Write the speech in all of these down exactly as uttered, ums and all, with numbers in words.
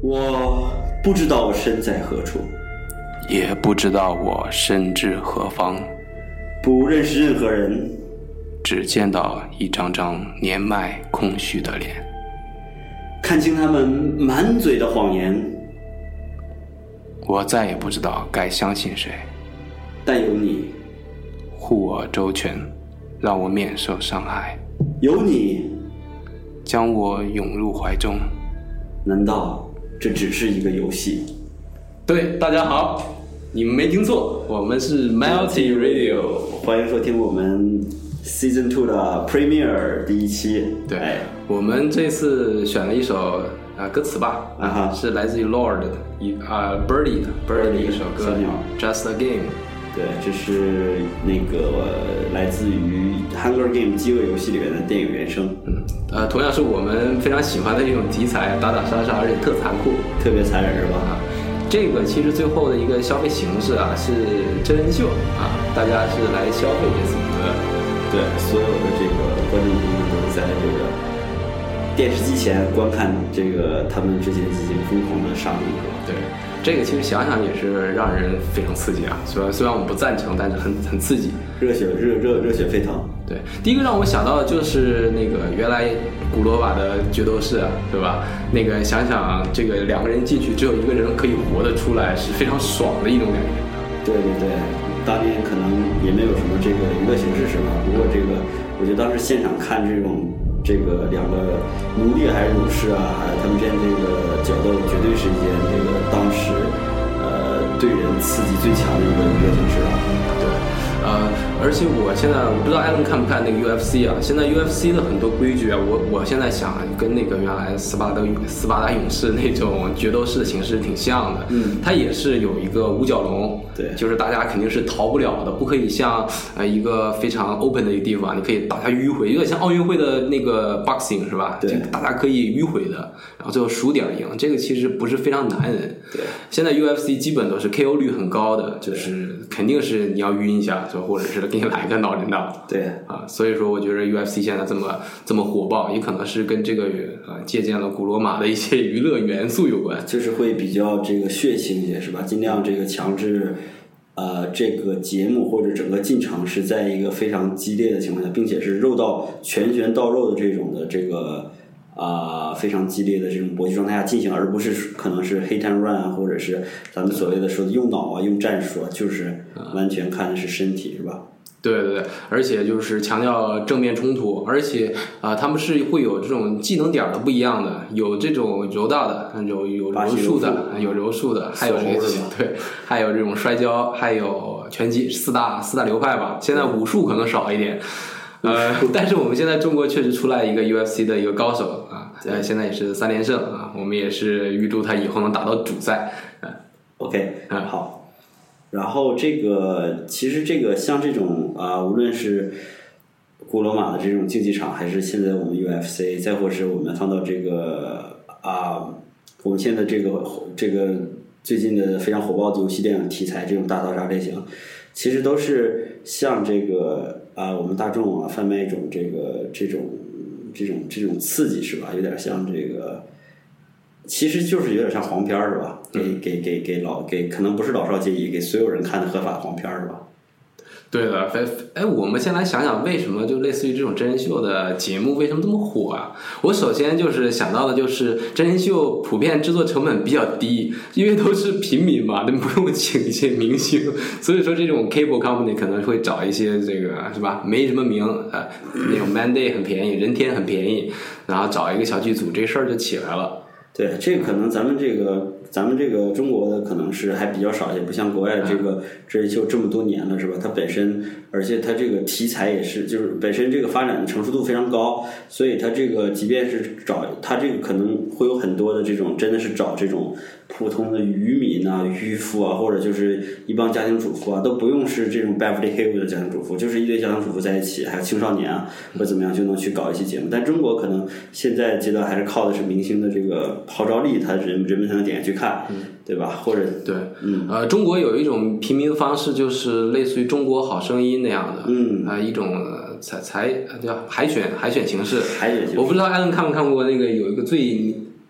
我不知道我身在何处， 也不知道我身至何方， 不认识任何人， 只见到一张张年迈空虚的脸， 看清他们满嘴的谎言。 我再也不知道该相信谁， 但有你护我周全，让我免受伤害， 有你将我拥入怀中。 难道这只是一个游戏？ 对，大家好，你们没听错，我们是 Melty Radio， 欢迎收听我们 Season Two 的 Premiere 第一期。 对， 哎、 我们这次选了一首啊歌词吧， 啊哈， 是来自于 Lord 的一啊 Birdy 的 Birdy 的一首歌小鸟 Just a Game。 对，这是那个、呃、来自于 Hunger Game 饥饿游戏里面的电影原声。 嗯，呃，同样是我们非常喜欢的一种题材，打打杀杀，而且特残酷， 特别残忍是吧？ 啊，这个其实最后的一个消费形式啊是真人秀啊，大家是来消费这次歌。 对，所有的这个观众朋友们都是在这个电视机前观看这个他们之前进行疯狂的杀戮，是吧？ 对。这个其实想想也是让人非常刺激啊，虽然虽然我们不赞成，但是很很刺激， 热血热热热血沸腾。 对，第一个让我想到的就是那个原来古罗马的决斗士啊，对吧？那个想想这个两个人进去，只有一个人可以活得出来，是非常爽的一种感觉。 对对对，当年可能也没有什么这个娱乐形式是吧？不过这个，我觉得当时现场看这种。这个两个奴隶还是武士啊，还有他们之间这个角斗，绝对是一件这个当时呃对人刺激最强的一个娱乐形式了。 对，呃，而且我现在我不知道艾伦看不看那个 U F C 啊？现在 U F C 的很多规矩啊，我我现在想跟那个原来斯巴达斯巴达勇士那种决斗士的形式挺像的。 嗯， 它也是有一个五角龙， 对， 就是大家肯定是逃不了的，不可以像呃一个非常 open 的一个地方，你可以大家迂回，有点像奥运会的那个 boxing 是吧？ 对， 大家可以迂回的，然后最后数点赢，这个其实不是非常难人。 对， 现在 U F C 基本都是 K O 率很高的，就是肯定是你要晕一下，或者是给你来个脑震荡。 对啊，所以说我觉得 U F C 现在这么这么火爆，也可能是跟这个呃借鉴了古罗马的一些娱乐元素有关， 就是会比较这个血腥一些是吧？尽量这个强制。呃，这个节目或者整个进程是在一个非常激烈的情况下，并且是肉到拳拳到肉的这种的这个啊、呃、非常激烈的这种搏击状态下进行，而不是可能是 hit and run 啊，或者是咱们所谓的说的用脑啊、用战术啊，就是完全看的是身体，是吧？ 对对对，而且就是强调正面冲突，而且啊、呃，他们是会有这种技能点的不一样的，有这种柔道的，有有柔术的，有柔术的，还有这个对，还有这种摔跤，还有拳击，四大四大流派吧。现在武术可能少一点，呃，但是我们现在中国确实出来一个 U F C 的一个高手啊，呃，现在也是三连胜啊，我们也是预祝他以后能打到主赛。 嗯 OK， 嗯， 好。然后这个其实这个像这种啊、呃，无论是古罗马的这种竞技场，还是现在我们 U F C， 再或是我们放到这个啊、呃，我们现在这个这个最近的非常火爆的游戏电影题材这种大逃杀类型，其实都是像这个啊、呃，我们大众啊贩卖一种这个这种这种这种刺激是吧？有点像这个。其实就是有点像黄片是吧？给给给给老给可能不是老少皆宜，给所有人看的合法黄片是吧？ 对的，哎，我们先来想想为什么就类似于这种真人秀的节目为什么这么火啊？我首先就是想到的就是真人秀普遍制作成本比较低，因为都是平民嘛，他们不用请一些明星，所以说这种 cable company 可能会找一些这个是吧，没什么名呃那种 mandate 很便宜，人天很便宜，然后找一个小剧组，这事儿就起来了。 对，这个可能咱们这个咱们这个中国的可能是还比较少，也不像国外这个真人秀这么多年了，是吧？它本身，而且它这个题材也是，就是本身这个发展的成熟度非常高，所以它这个即便是找它这个可能会有很多的这种，真的是找这种普通的渔民啊、渔夫啊，或者就是一帮家庭主妇啊，都不用是这种 Beverly Hills 的家庭主妇，就是一堆家庭主妇在一起，还有青少年啊，或者怎么样就能去搞一期节目。但中国可能现在阶段还是靠的是明星的这个号召力，他人人们才能点进去看，嗯、对吧？或者对， 嗯， 呃，中国有一种平民的方式，就是类似于中国好声音那样的， 嗯， 啊、呃，一种才才叫海选海选形式。 海选形式， 我不知道艾伦看没看过那个有一个最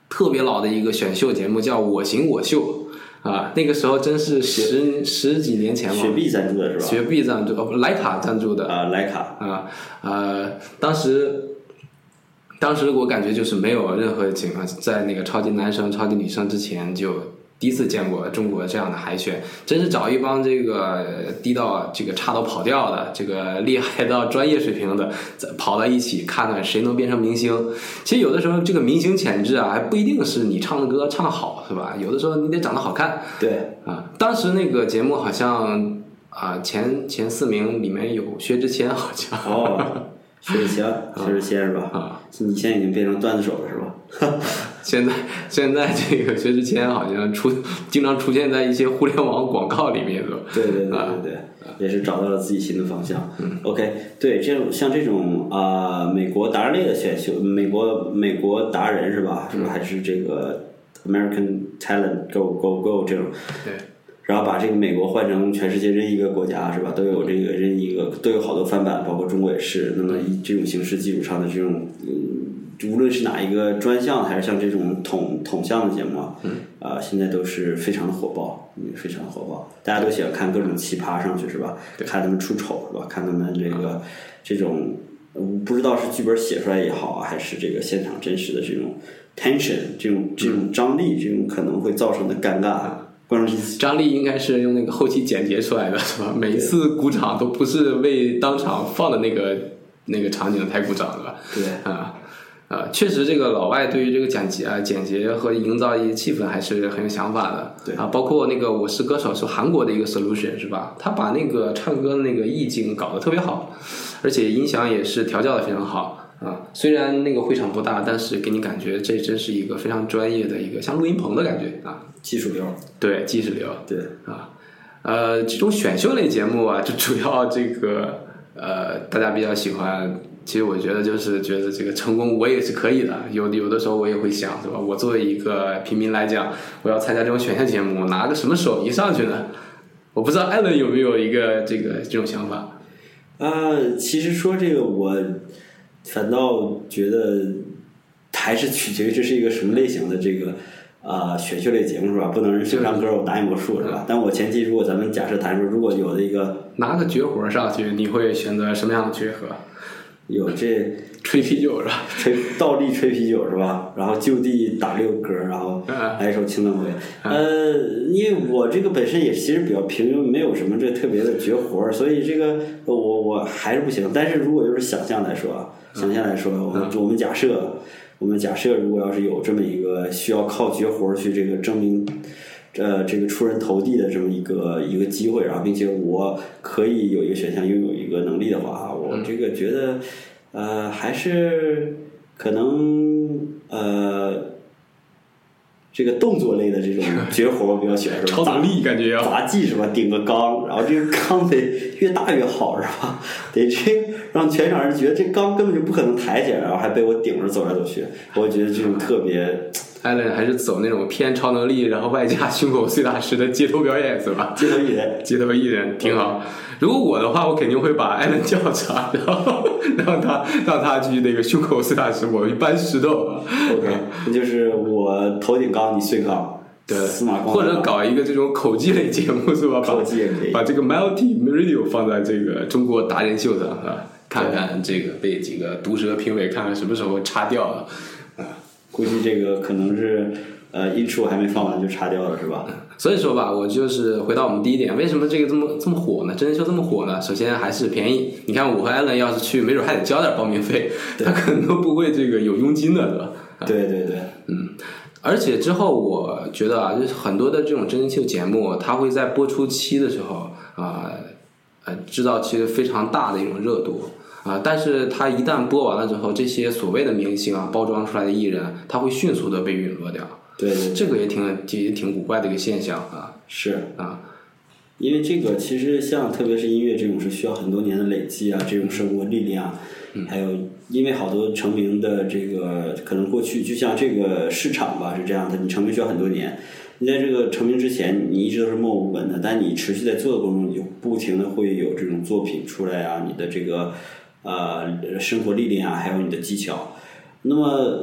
特别老的一个选秀节目叫《我行我秀》。啊，那个时候真是十十几年前嘛， 雪碧赞助的是吧？ 雪碧赞助，哦，徕卡赞助的啊，徕卡啊，呃，当时，当时我感觉就是没有任何情况，在那个超级男生、超级女生之前就第一次见过中国这样的海选，真是找一帮这个低到这个差到跑调的，这个厉害到专业水平的，跑到一起看看谁能变成明星。其实有的时候这个明星潜质啊，还不一定是你唱的歌唱得好，是吧？有的时候你得长得好看。 对啊，当时那个节目好像啊前前四名里面有薛之谦，好像哦。薛之谦，薛之谦是吧？ 啊， 你现在已经变成段子手了是吧？ 现在现在这个薛之谦好像出经常出现在一些互联网广告里面，是吧？ 对对对对对，啊、也是找到了自己新的方向。嗯 OK， 对，这种像这种啊、呃，美国达人类的选秀，美国美国达人是吧？是吧？还是这个 American Talent Go Go Go 这种？ 对。 然后把这个美国换成全世界任意一个国家是吧？都有这个任意一个都有好多翻版，包括中国也是。那么以这种形式基础上的这种，嗯，无论是哪一个专项还是像这种统统项的节目啊，嗯，啊、呃，现在都是非常的火爆，嗯，非常的火爆，大家都喜欢看各种奇葩上去是吧？看他们出丑是吧？看他们这个这种，不知道是剧本写出来也好啊，还是这个现场真实的这种 tension， 这种这种张力，这种可能会造成的尴尬。 张力应该是用那个后期剪辑出来的，是吧？每一次鼓掌都不是为当场放的那个那个场景才鼓掌的， 对啊啊，确实这个老外对于这个剪辑啊、剪辑和营造一些气氛还是很有想法的， 对啊，包括那个《我是歌手》是韩国的一个 solution 是吧？他把那个唱歌的那个意境搞得特别好，而且音响也是调教的非常好。啊，虽然那个会场不大，但是给你感觉这真是一个非常专业的一个像录音棚的感觉啊， 技术流， 对，技术流， 对啊，呃，这种选秀类节目啊，就主要这个呃，大家比较喜欢。其实我觉得就是觉得这个成功我也是可以的，有有的时候我也会想，是吧？我作为一个平民来讲，我要参加这种选秀节目，拿个什么手艺上去呢？我不知道艾伦有没有一个这个这种想法？ 呃，其实说这个我。反倒觉得还是取决于这是一个什么类型的这个啊、呃、选秀类节目是吧？不能是谁唱歌我打你魔术是吧？但我前提如果咱们假设谈说，如果有的一个拿个绝活上去，你会选择什么样的绝活？ 有这吹啤酒是吧？ 吹倒立吹啤酒是吧？然后就地打六歌，然后来一首《青灯会》。呃，因为我这个本身也其实比较平庸，没有什么这特别的绝活，所以这个我我还是不行。但是如果就是想象来说啊，想象来说，我们我们假设，我们假设如果要是有这么一个需要靠绝活去这个证明。呃，这个出人头地的这么一个一个机会，然后并且我可以有一个选项拥有一个能力的话，我这个觉得呃还是可能呃这个动作类的这种绝活我比较喜欢，是吧？ 超能力感觉要杂技是吧？顶个缸，然后这个缸得越大越好，是吧？得这让全场人觉得这缸根本就不可能抬起来，然后还被我顶着走来走去，我觉得这种特别。 艾伦还是走那种偏超能力，然后外加胸口碎大石的街头表演是吧？ 街头艺人， 街头艺人挺好。如果我的话，我肯定会把艾伦叫上，然后让他让他去那个胸口碎大石，我去搬石头。 OK， 那就是我头顶缸，你碎缸。 对， 司马光， 或者搞一个这种口技类节目是吧？ 口技也可以。 把这个 Multi Radio 放在这个中国达人秀上啊，看看这个被几个毒舌评委看看什么时候插掉了啊。 估计这个可能是呃 intro 还没放完就插掉了是吧？ 所以说吧，我就是回到我们第一点，为什么这个这么这么火呢？真人秀这么火呢？首先还是便宜。你看我和艾伦要是去，没准还得交点报名费，他可能都不会这个有佣金的，对吧？ 对对对， 嗯。而且之后我觉得啊，就是很多的这种真人秀节目，它会在播出期的时候啊，呃，制造其实非常大的一种热度。啊！但是他一旦播完了之后，这些所谓的明星啊，包装出来的艺人，他会迅速的被陨落掉。 对, 对, 对， 这个也挺也挺古怪的一个现象啊。 是啊， 因为这个其实像特别是音乐这种是需要很多年的累积啊，这种生活历练啊，嗯、还有因为好多成名的这个可能过去就像这个市场吧是这样的，你成名需要很多年。你在这个成名之前，你一直都是默无闻的，但你持续在做的过程中，你就不停的会有这种作品出来啊，你的这个。呃，生活历练啊，还有你的技巧。那么，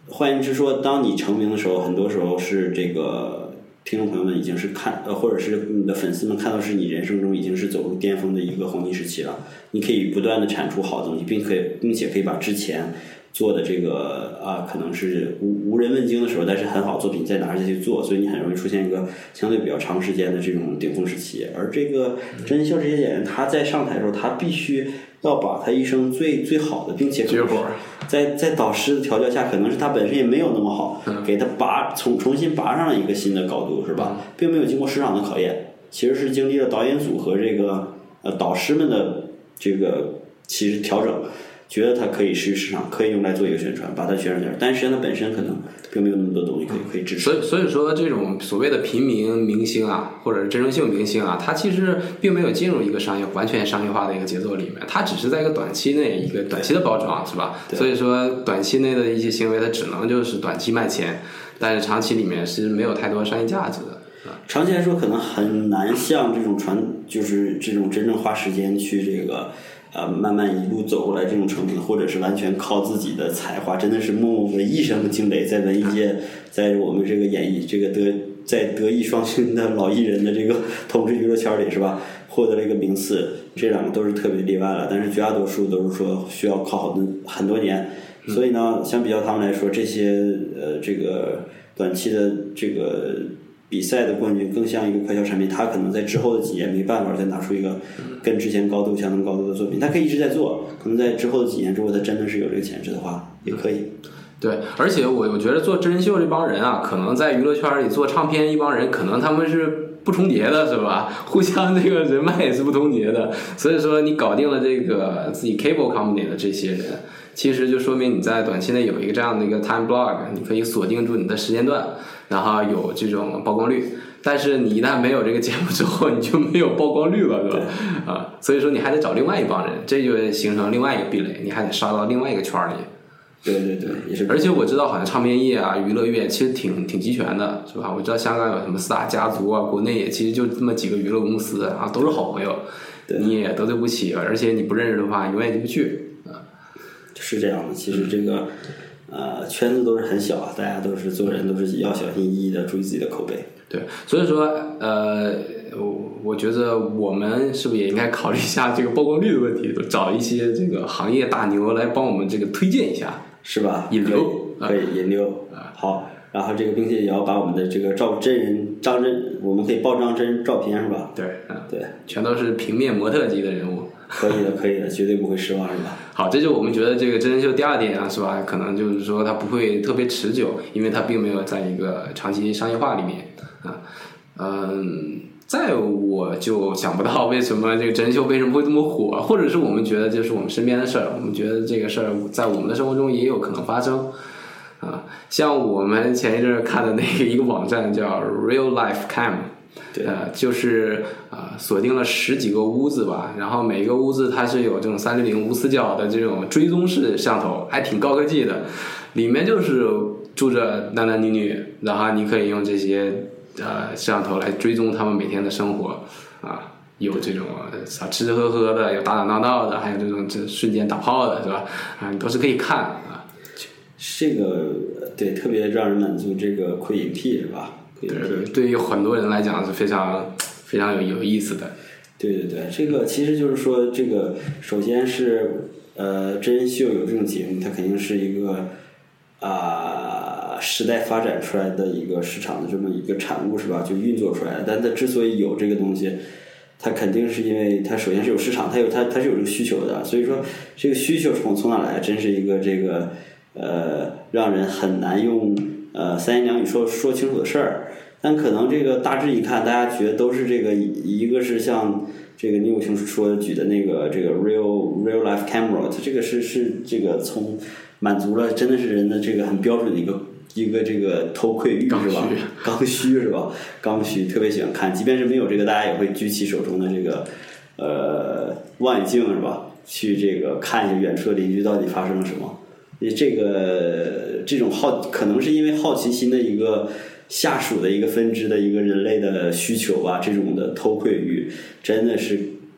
换言之说，当你成名的时候，很多时候是这个听众朋友们已经是看呃，或者是你的粉丝们看到是你人生中已经是走入巅峰的一个黄金时期了。你可以不断的产出好东西，并可以并且可以把之前做的这个啊、呃，可能是无无人问津的时候，但是很好的作品再拿下去做，所以你很容易出现一个相对比较长时间的这种顶峰时期。而这个真人秀这些演员，他在上台的时候，他必须要把他一生最最好的，并且绝活在在导师的调教下，可能是他本身也没有那么好， 嗯、 给他拔重重新拔上了一个新的高度，是吧？并没有经过市场的考验，其实是经历了导演组和这个呃导师们的这个其实调整。觉得它可以是市场，可以用来做一个宣传，把它宣传出来，但实际上它本身可能并没有那么多东西可以可以支持。 所以所以说，这种所谓的平民明星啊，或者是真人秀明星啊，它其实并没有进入一个商业完全商业化的一个节奏里面，它只是在一个短期内一个短期的包装，是吧？所以说，短期内的一些行为，它只能就是短期卖钱，但是长期里面是没有太多商业价值的。 长期来说，可能很难像这种传，就是这种真正花时间去这个。呃，慢慢一路走过来，这种成品，或者是完全靠自己的才华，真的是默默文艺上的惊雷，在文艺界，在我们这个演艺这个德在德艺双馨的老艺人的这个统治娱乐圈里，是吧？获得了一个名次，这两个都是特别例外了。但是绝大多数都是说需要靠很多很多年，所以呢，相比较他们来说，这些呃这个短期的这个。比赛的冠军更像一个快消产品，他可能在之后的几年没办法再拿出一个跟之前高度相同高度的作品，他可以一直在做，可能在之后的几年，如果他真的是有这个潜质的话，也可以。 对，而且我我觉得做真人秀这帮人啊，可能在娱乐圈里做唱片一帮人，可能他们是不重叠的，是吧？互相这个人脉也是不重叠的，所以说你搞定了这个自己 cable company 的这些人，其实就说明你在短期内有一个这样的一个 time block， 你可以锁定住你的时间段。然后有这种曝光率，但是你一旦没有这个节目之后，你就没有曝光率了，对吧？啊，所以说你还得找另外一帮人，这就形成另外一个壁垒，你还得杀到另外一个圈里。 对对对，也是。 而且我知道好像唱片业啊、娱乐业其实挺挺齐全的，是吧？我知道香港有什么四大家族啊，国内也其实就这么几个娱乐公司啊，都是好朋友，你也得罪不起，而且你不认识的话，永远进不去啊。 是这样的，其实这个。呃，圈子都是很小，大家都是做人都是要小心翼翼的，注意自己的口碑。 对，所以说，呃，我我觉得我们是不是也应该考虑一下这个曝光率的问题，找一些这个行业大牛来帮我们这个推荐一下， 是吧？ 引流可以，可以引流。好，然后这个并且也要把我们的这个照真人张真，我们可以报张真照片，是吧？ 对，嗯， 对， 全都是平面模特级的人物。 可以的，可以的，绝对不会失望，是吧？ 好，这就我们觉得这个真人秀第二点啊，是吧？可能就是说它不会特别持久，因为它并没有在一个长期商业化里面啊。嗯，再我就想不到为什么这个真人秀为什么会这么火，或者是我们觉得这是我们身边的事儿，我们觉得这个事儿在我们的生活中也有可能发生啊。像我们前一阵看的那个一个网站叫 Real Life Cam。 对， 呃，就是啊、呃，锁定了十几个屋子吧，然后每个屋子它是有这种三六零无死角的这种追踪式摄像头，还挺高科技的。里面就是住着男男女女，然后你可以用这些呃摄像头来追踪他们每天的生活啊，有这种啊吃吃喝喝的，有打打闹闹的，还有这种这瞬间打炮的，是吧？啊，你都是可以看啊。 这个对，特别让人满足这个窥影癖，是吧？ 对对，对于很多人来讲是非常非常有有意思的。 对对对，这个其实就是说，这个首先是呃，真人秀有这种节目，它肯定是一个啊、呃、时代发展出来的一个市场的这么一个产物，是吧？就运作出来的。但它之所以有这个东西，它肯定是因为它首先是有市场，它有它它是有这个需求的。所以说，这个需求从从哪来，真是一个这个呃，让人很难用。呃，三言两语说说清楚的事儿，但可能这个大致一看，大家觉得都是这个，一个是像这个你有听说举的那个这个 real real life camera， 它这个是是这个从满足了真的是人的这个很标准的一个一个这个偷窥欲，是吧？刚需是吧？刚需特别喜欢看，即便是没有这个，大家也会举起手中的这个呃望远镜，是吧？去这个看一下远处的邻居到底发生了什么。这个这种好，可能是因为好奇心的一个下属的一个分支的一个人类的需求吧，这种的偷窥欲真的是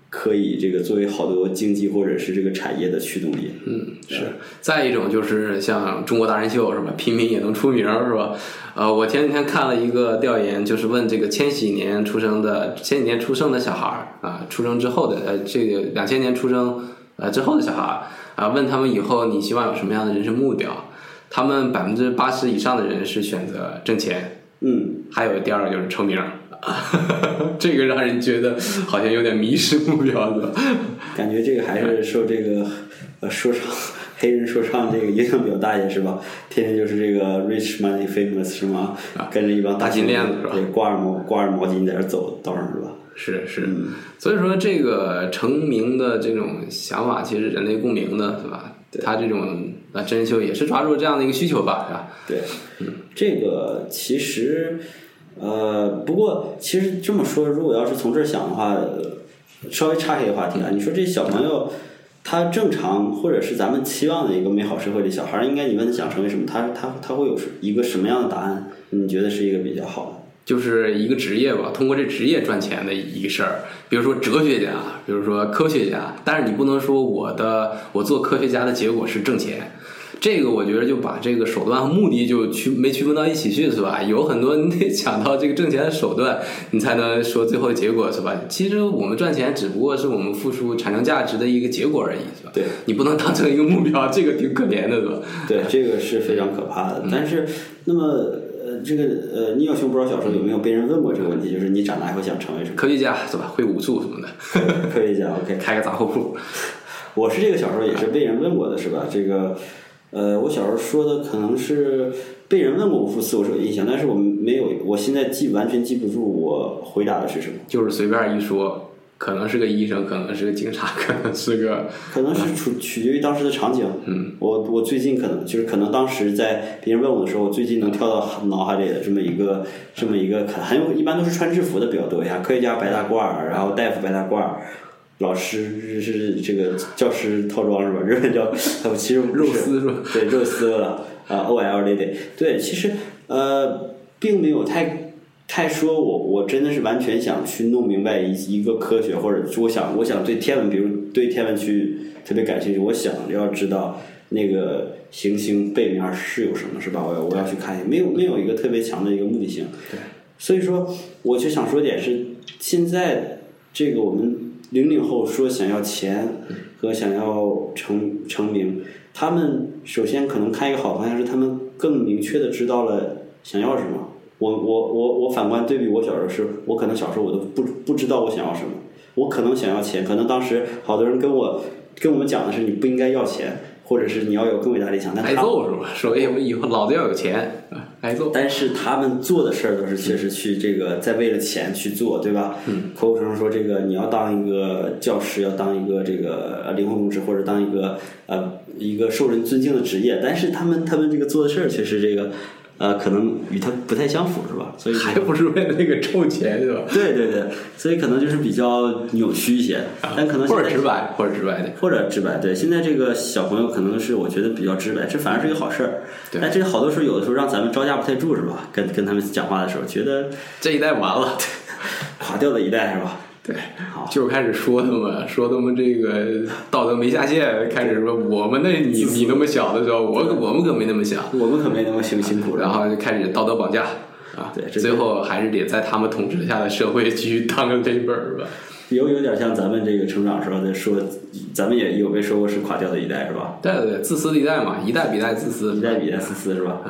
可以这个作为好多经济或者是这个产业的驱动力。 嗯，是。再一种就是像中国达人秀是吧？平民也能出名是吧？呃，我前几天看了一个调研，就是问这个千禧年出生的千禧年出生的小孩啊，出生之后的呃这个两千年出生呃之后的小孩啊，问他们以后你希望有什么样的人生目标？他们百分之八十以上的人是选择挣钱， 嗯， 还有第二个就是成名。这个让人觉得好像有点迷失目标的， 感觉这个还是受这个呃说唱黑人说唱这个影响比较大一些是吧？天天就是这个 rich money famous 是吗？啊、跟着一帮大金链子是吧？ 对，挂着毛挂着毛巾在这走道上是吧？ 是是、 嗯， 所以说这个成名的这种想法，其实人类共鸣的是吧？他这种啊真人秀也是抓住这样的一个需求吧，是吧？ 对，嗯，这个其实。呃，不过其实这么说，如果要是从这儿想的话，稍微岔开一个话题啊，你说这小朋友他正常或者是咱们期望的一个美好社会里小孩，应该你问他想成为什么，他他他会有一个什么样的答案？你觉得是一个比较好的？ 就是一个职业吧，通过这职业赚钱的一个事儿，比如说哲学家，比如说科学家，但是你不能说我的我做科学家的结果是挣钱。这个我觉得就把这个手段和目的就区没区分到一起去是吧？有很多你得想到这个挣钱的手段，你才能说最后的结果是吧？其实我们赚钱只不过是我们付出产生价值的一个结果而已是吧？ 对， 你不能当成一个目标，这个挺可怜的是吧？ 对，这个是非常可怕的。嗯、但是那么呃，这个呃，聂小兄不知道小时候有没有被人问过这个问题，就是你长大以后想成为什么？ 科学家是吧？会武术什么的。 科学家 OK， 开个杂货铺。 我是这个小时候也是被人问过的是吧？这个。呃，我小时候说的可能是被人问过无数次，我是有印象，但是我没有，我现在记完全记不住我回答的是什么。 就是随便一说，可能是个医生，可能是个警察，可能是个， 可能是取取决于当时的场景。 嗯， 我我最近可能就是可能当时在别人问我的时候，我最近能跳到脑海里的这么一个这么一个很有一般都是穿制服的比较多呀，科学家白大褂，然后大夫白大褂。老师是这个教师套装是吧？日本叫他们其实肉丝是吧？ 对，肉丝了啊 ，O L D D。对，其实呃，并没有太太说我我真的是完全想去弄明白一一个科学，或者我想我想对天文，比如对天文去特别感兴趣，我想要知道那个行星背面是有什么是吧？我我要去看一下，没有没有一个特别强的一个目的性。 对， 所以说我就想说点是现在这个我们。零零后说想要钱和想要成成名，他们首先可能看一个好方向是他们更明确的知道了想要什么。我我我我反观对比我小时候是，我可能小时候我都不不知道我想要什么，我可能想要钱，可能当时好多人跟我跟我们讲的是你不应该要钱，或者是你要有更伟大理想，但挨揍是吧？所以我以后老子要有钱，挨揍。 但是他们做的事儿都是确实去这个在为了钱去做，对吧？ 嗯。 口口声声说这个你要当一个教师，要当一个这个灵魂工程师，或者当一个呃一个受人尊敬的职业，但是他们他们这个做的事儿却是这个呃可能与他不太相符，是吧？所以还不是为了那个挣钱，是吧？ 对对对，所以可能就是比较扭曲一些，但可能或者直白，或者直白的， 或者直白。对，现在这个小朋友可能是我觉得比较直白，这反而是一个好事儿。但这个好多时候有的时候让咱们招架不太住，是吧？跟跟他们讲话的时候，觉得这一代完了， 垮掉的一代，是吧？ 对，就开始说他们，说他们这个道德没下限，开始说我们那你你那么小的时候，我我们可没那么想， 我们可没那么辛辛苦， 然后就开始道德绑架啊， 对， 最后还是得在他们统治下的社会继续当个这本儿吧。 有有点像咱们这个成长时候在说，咱们也有被说过是垮掉的一代，是吧？ 对对对，自私的一代嘛，一代比一代自私， 一代比一代自私，是吧？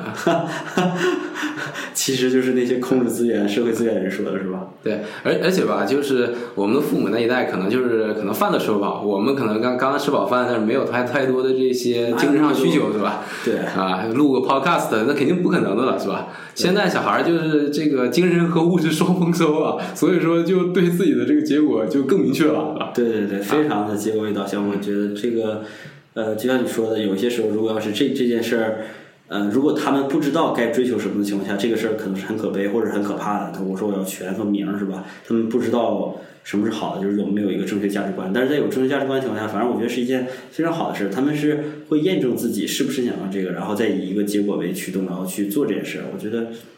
其实就是那些控制资源、社会资源人说的，是吧？ 对，而而且吧，就是我们的父母那一代，可能就是可能饭都吃不饱，我们可能刚刚刚吃饱饭，但是没有太太多的这些精神上需求，是吧？ 对啊，录个 podcast 那肯定不可能的了，是吧？现在小孩就是这个精神和物质双丰收啊，所以说就对自己的这个结果就更明确了，是吧？ 对对对，非常的结果为导向。我觉得这个呃，就像你说的，有些时候如果要是这这件事儿。呃，如果他们不知道该追求什么的情况下，这个事儿可能是很可悲或者很可怕的。他我说我要权和名，是吧？他们不知道什么是好的，就是有没有一个正确价值观。但是在有正确价值观的情况下，反正我觉得是一件非常好的事。他们是会验证自己是不是想要这个，然后再以一个结果为驱动，然后去做这件事。我觉得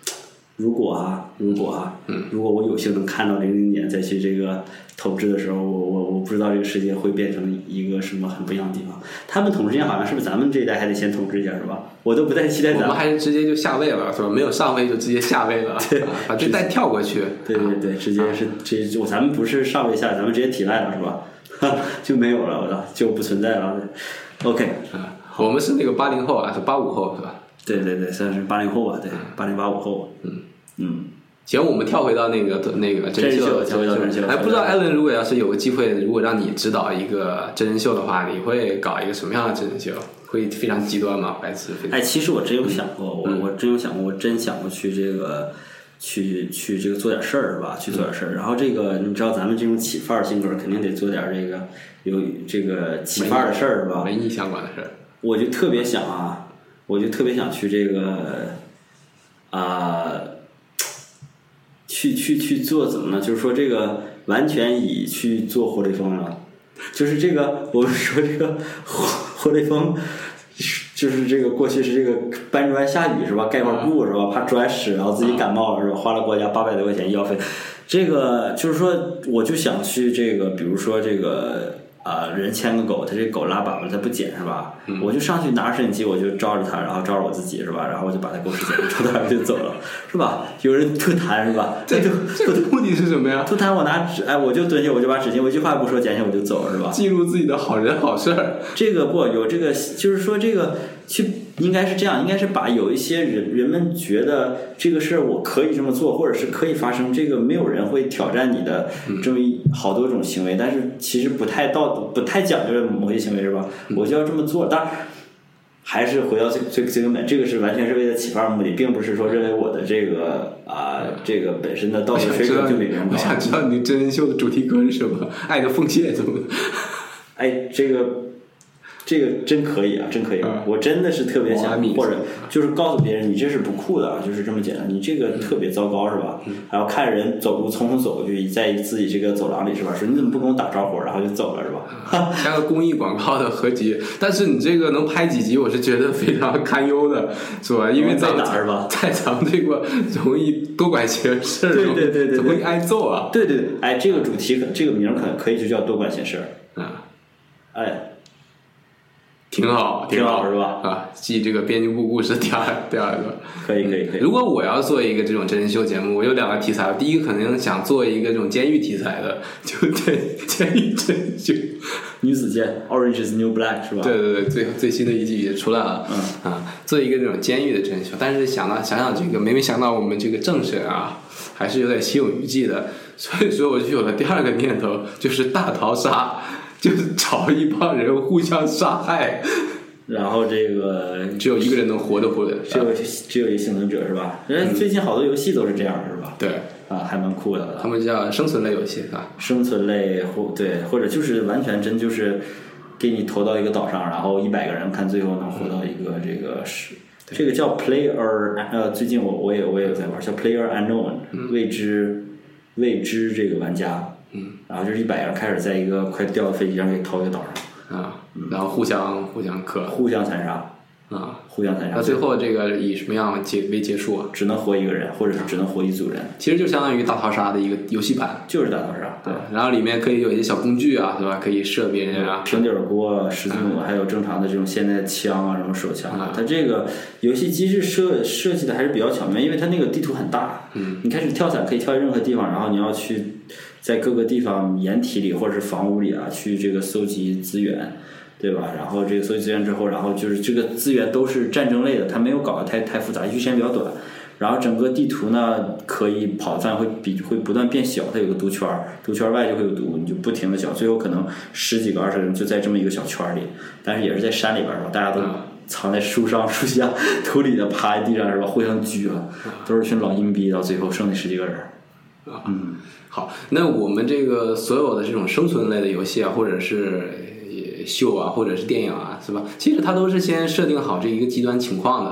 如果啊，如果啊，嗯，如果我有幸能看到零零年再去这个统治的时候，我我我不知道这个世界会变成一个什么很不一样的地方。他们统治前好像是不是咱们这一代还得先统治一下是吧？我都不太期待咱们。 我们还是直接就下位了是吧？没有上位就直接下位了， 对， 把这代跳过去。 对对对，直接是直接，咱们不是上位下，咱们直接体外了是吧？就没有了，我操，就不存在了。OK， 啊，我们是那个八零后啊，是八五后是吧？ 对对对，算是八零后吧，对，八零八五后。嗯嗯。 行，我们跳回到那个那个真人秀， 跳回到真人秀。 哎，不知道艾伦，如果要是有个机会，如果让你指导一个真人秀的话，你会搞一个什么样的真人秀？会非常极端吗？还是？ 哎，其实我真有想过，我、嗯、我真有想过，我真想过去这个。去去这个做点事儿是吧？去做点事儿，然后这个你知道咱们这种起范儿性格，肯定得做点这个有这个起范儿的事儿是吧？ 文艺相关的事儿。 我就特别想啊，我就特别想去这个啊、呃，去去去做怎么呢？就是说这个完全以去做活雷锋了，就是这个我们说这个活活雷锋。就是这个过去是这个搬砖下雨是吧？盖块布是吧？怕砖湿，然后自己感冒了是吧？花了国家八百多块钱医药费。这个就是说，我就想去这个，比如说这个啊、呃，人牵个狗，他这狗拉粑粑他不捡是吧？嗯、我就上去拿着摄影机，我就照着他，然后照着我自己是吧？然后我就把他狗屎捡了，抽到就走了是吧？有人吐痰是吧？ 这就这个目的是什么呀？ 吐痰我拿纸哎，我就蹲下我就把纸巾，我一句话不说捡起我就走是吧？ 记录自己的好人好事儿。 这个不有这个，就是说这个。去应该是这样，应该是把有一些人人们觉得这个事儿我可以这么做，或者是可以发生，这个没有人会挑战你的这么一好多种行为，但是其实不太道德、不太讲究的某些行为是吧？我就要这么做，当然还是回到最最最根本，这个是完全是为了启发目的，并不是说认为我的这个啊、呃、这个本身的道德水准就比别人高。 我想知道你真人秀的主题歌是什么？爱的奉献什么的？ 哎，这个。这个真可以啊，真可以、啊！我真的是特别想，或者就是告诉别人，你这是不酷的，就是这么简单。你这个特别糟糕，是吧？嗯、还要看人走路匆匆走过去，在自己这个走廊里，是吧？说你怎么不跟我打招呼，然后就走了，是吧？ 像个公益广告的合集，但是你这个能拍几集，我是觉得非常堪忧的，是吧？因为在哪是吧？ 在咱们这个容易多管闲事， 对对对对， 容易挨揍啊！ 对对对，哎，这个主题可这个名可可以就叫多管闲事。 嗯， 哎。 挺好， 挺好是吧？ 啊，记这个编辑部故事第二第二个， 可以可以可以。 如果我要做一个这种真人秀节目，我有两个题材，第一个可能想做一个这种监狱题材的，就对监狱真人秀， 女子监 ，Orange is New Black 是吧？ 对对对，最最新的一季也出来了，嗯啊，做一个这种监狱的真人秀，但是想到想想这个，没没想到我们这个政审啊，还是有点心有余悸的，所以说我就有了第二个念头，就是大逃杀。就是找一帮人互相杀害， 然后这个只有一个人能活着活着， 只有只有一幸存者是吧？人最近好多游戏都是这样是吧？ 对啊，还蛮酷的。 他们叫生存类游戏是吧？ 生存类或对，或者就是完全真就是给你投到一个岛上，然后一百个人看最后能活到一个这个是、嗯、这个叫 Player 呃，最近我我也我也有在玩，叫 Player Unknown、嗯、未知未知这个玩家。嗯，然后就是一百人开始在一个快掉的飞机上给投一个岛上啊、嗯，然后互相互相克， 互相残杀啊， 互相残杀。 那最后这个以什么样结为结束啊？ 只能活一个人，或者是只能活一组人。 其实就相当于大逃杀的一个游戏版， 就是大逃杀。对、 啊，然后里面可以有一些小工具啊，对吧？可以射别人啊， 平底锅、十字弩、嗯，还有正常的这种现代枪啊，什么手枪啊。它这个游戏机制设设计的还是比较巧妙，因为它那个地图很大。嗯，你开始跳伞可以跳任何地方，然后你要去。在各个地方掩体里或者是房屋里啊，去这个搜集资源，对吧？然后这个搜集资源之后，然后就是这个资源都是战争类的，它没有搞得太太复杂，游戏时间比较短。然后整个地图呢，可以跑的范围会比会不断变小，它有个毒圈，毒圈外就会有毒，你就不停的小，最后可能十几个、二十个人就在这么一个小圈里，但是也是在山里边是吧？大家都藏在树上、树下、土里的，趴在地上是吧？互相狙啊，都是群老阴逼，到最后剩那十几个人。 啊，嗯，好，那我们这个所有的这种生存类的游戏啊，或者是秀啊，或者是电影啊，是吧？其实它都是先设定好这一个极端情况的，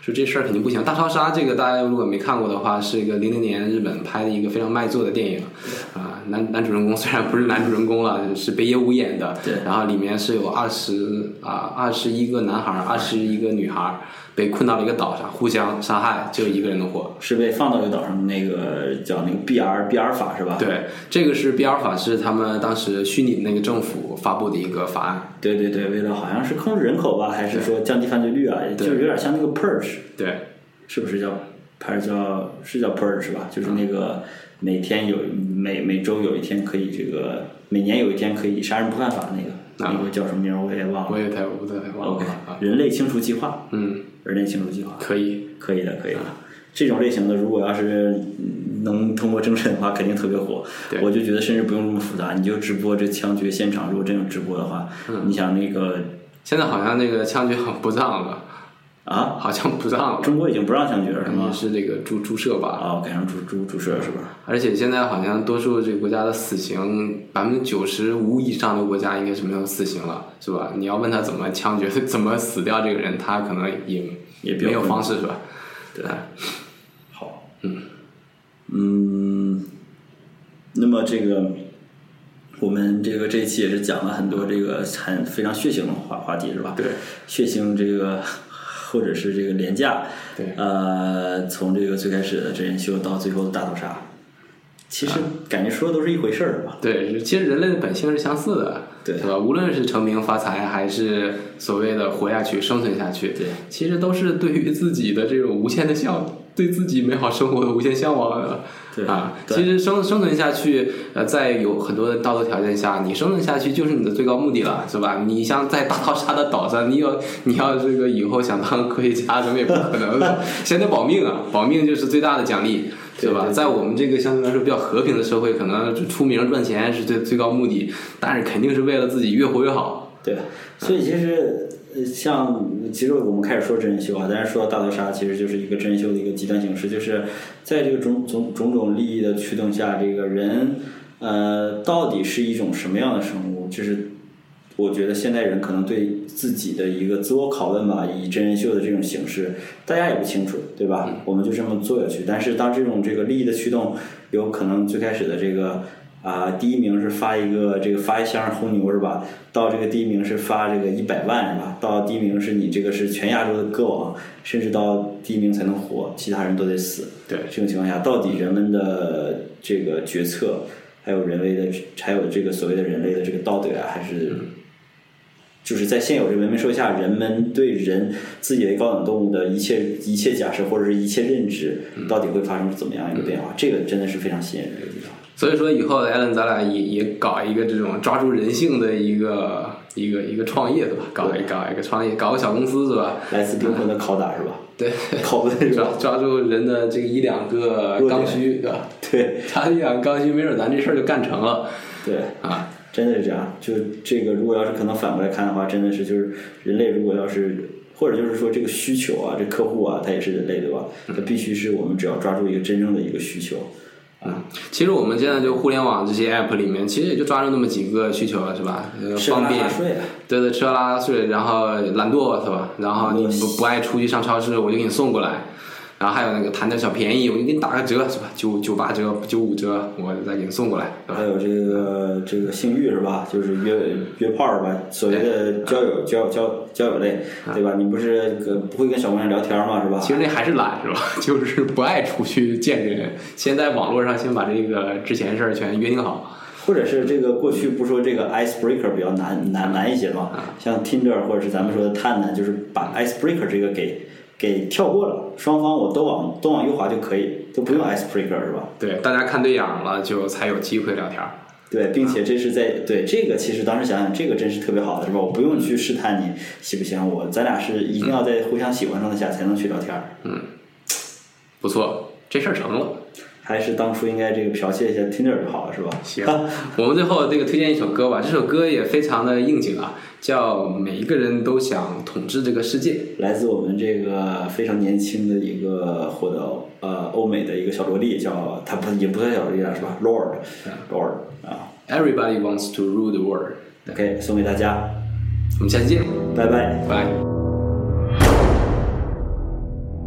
说这事儿肯定不行。大逃杀这个大家如果没看过的话，是一个零零年日本拍的一个非常卖座的电影啊，男男主人公虽然不是男主人公了，是北野武演的， 对， 然后里面是有二十啊二十一个男孩，二十一个女孩被困到了一个岛上，互相杀害，只有一个人能活。 是被放到一个岛上，那个叫那个 B R B R 法是吧？ 对，这个是 B R 法，是他们当时虚拟那个政府发布的一个法案。 对对对，为了好像是控制人口吧，还是说降低犯罪率啊？就有点像那个 Purge。 对， 是不是叫还是叫是叫 Purge 是吧？就是那个每天有每每周有一天可以这个每年有一天可以杀人不犯法那个、啊、那个叫什么名我也忘了。 我也太我太忘了。 OK，、啊、人类清除计划。 嗯， 人类清除计划可以， 可以的，可以的。啊、这种类型的，如果要是能通过政审的话，肯定特别火。我就觉得甚至不用这么复杂，你就直播这枪决现场，如果真有直播的话，嗯、你想那个现在好像那个枪决很不让了。 啊， 好像不让了。 中国已经不让枪决了，是吗？ 也是这个注注射吧？ 啊，改成注注注射是吧？ 而且现在好像多数这个国家的死刑，百分之九十五以上的国家应该是没有死刑了，是吧？你要问他怎么枪决，怎么死掉这个人，他可能也也没有方式，是吧？ 对，好，嗯嗯，那么这个我们这个这一期也是讲了很多这个很非常血腥的话话题，是吧？ 对， 血腥这个。或者是这个廉价， 对， 呃，从这个最开始的真人秀到最后的大逃杀，其实感觉说的都是一回事儿吧？ 对，其实人类的本性是相似的， 对， 是吧？无论是成名发财，还是所谓的活下去、生存下去， 对， 其实都是对于自己的这种无限的向，对自己美好生活的无限向往的。 对啊，其实生生存下去，呃，在有很多的道德条件下，你生存下去就是你的最高目的了，是吧？你像在大逃杀的岛上，你要你要这个以后想当科学家，什么也不可能的，先得保命啊，保命就是最大的奖励，是吧？ 对对对， 在我们这个相对来说比较和平的社会，可能出名赚钱是最最高目的，但是肯定是为了自己越活越好。 对，所以其实。像其实我们开始说真人秀啊，但是说到大逃杀，其实就是一个真人秀的一个极端形式，就是在这个种种种种利益的驱动下，这个人呃到底是一种什么样的生物？就是我觉得现代人可能对自己的一个自我拷问吧，以真人秀的这种形式，大家也不清楚，对吧？嗯、我们就这么做下去。但是当这种这个利益的驱动，有可能最开始的这个。啊、呃，第一名是发一个这个发一箱红牛是吧？到这个第一名是发这个一百万是吧？到第一名是你这个是全亚洲的歌王，甚至到第一名才能活，其他人都得死。 对， 这种情况下，到底人们的这个决策，还有人类的，还有这个所谓的人类的这个道德啊，还是就是在现有这文明社会下，人们对人自己为高等动物的一切一切假设或者是一切认知，到底会发生怎么样一个变化？这个真的是非常吸引人的地方。 所以说以后 Alan 咱俩也也搞一个这种抓住人性的一个一个一个创业，对吧？搞一搞一个创业，搞个小公司，是吧？ 来自灵魂的拷打，是吧？ 对， 拷问是吧？ 抓住人的这个一两个刚需，对吧？ 对， 抓一两个刚需，没准咱这事儿就干成了。 对啊， 真的是这样。就这个，如果要是可能反过来看的话，真的是就是人类如果要是。或者就是说这个需求啊，这客户啊，他也是人类，对吧？他必须是我们只要抓住一个真正的一个需求。 啊，其实我们现在就互联网这些 app 里面，其实也就抓住那么几个需求了，是吧？呃，方便，对对，吃喝拉撒睡，然后懒惰，是吧？然后你不不爱出去上超市，我就给你送过来。然后还有那个贪点小便宜，我就给你打个折，是吧？九九八折、九五折，我再给你送过来。 还有这个这个性欲是吧？就是约约炮是吧？所谓的交友交交交友类，对吧？你不是不会跟小姑娘聊天吗？是吧？ 其实那还是懒是吧？就是不爱出去见人，先在网络上先把这个之前事儿全约定好。 或者是这个过去不说这个 icebreaker 比较难难难一些嘛？像 Tinder 或者是咱们说的探探，就是把 icebreaker 这个给。给跳过了，双方我都往都往右滑就可以，都不用 icebreaker 是吧？ 对，大家看对眼了，就才有机会聊天。 对，并且这是在对这个，其实当时想想，这个真是特别好的，是吧？我不用去试探你喜不喜欢我，咱俩是一定要在互相喜欢状态下才能去聊天。 嗯，不错，这事儿成了。 还是当初应该这个剽窃一下 Tinder 就好了，是吧？ 行，我们最后这个推荐一首歌吧，这首歌也非常的应景啊，叫《每一个人都想统治这个世界》， 来自我们这个非常年轻的一个获得呃欧美的一个小萝莉，叫她不也不算小萝莉了，是吧 ？Lord，Lord 啊 ，Everybody wants to rule the world。OK， 送给大家， 我们下期见， 拜拜， 拜。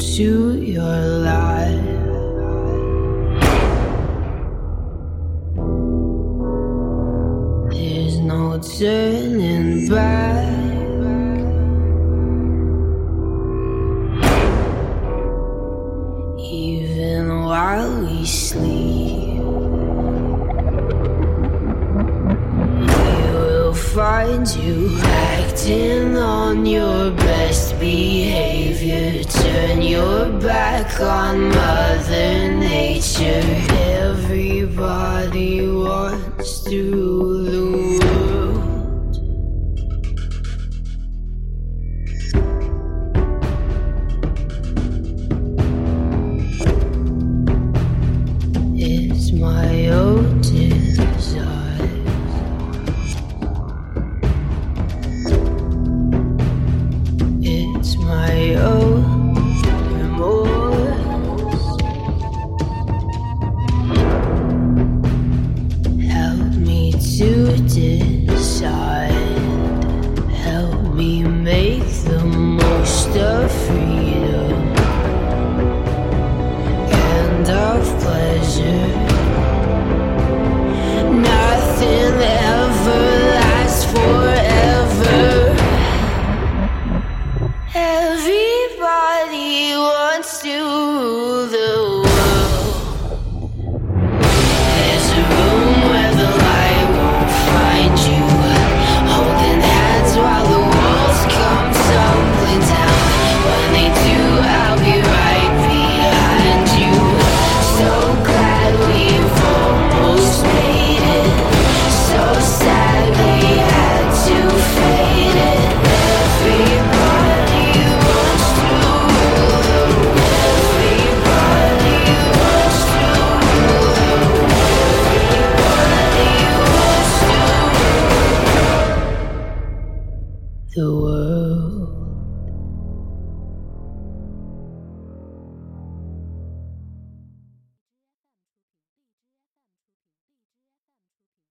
to your life. There's no turning back. Even while we sleep, we will find you acting on your best behavior. Turn your back on Mother Nature. Everybody wants to rule the world. It's my own desire. It's my own remorse. Help me to decide. Help me make the most of freedom and of pleasure. Nothing ever lasts forever. Everybody wants to rule the world. There's a room where the light won't find you, holding hands while the walls come tumbling down. When they do, I'll be right behind you. So glad we've almost made it. So sad we had to fade it. Everybody wants to rule the world. Everybody wants to rule the world. Everybody wants to rule the world.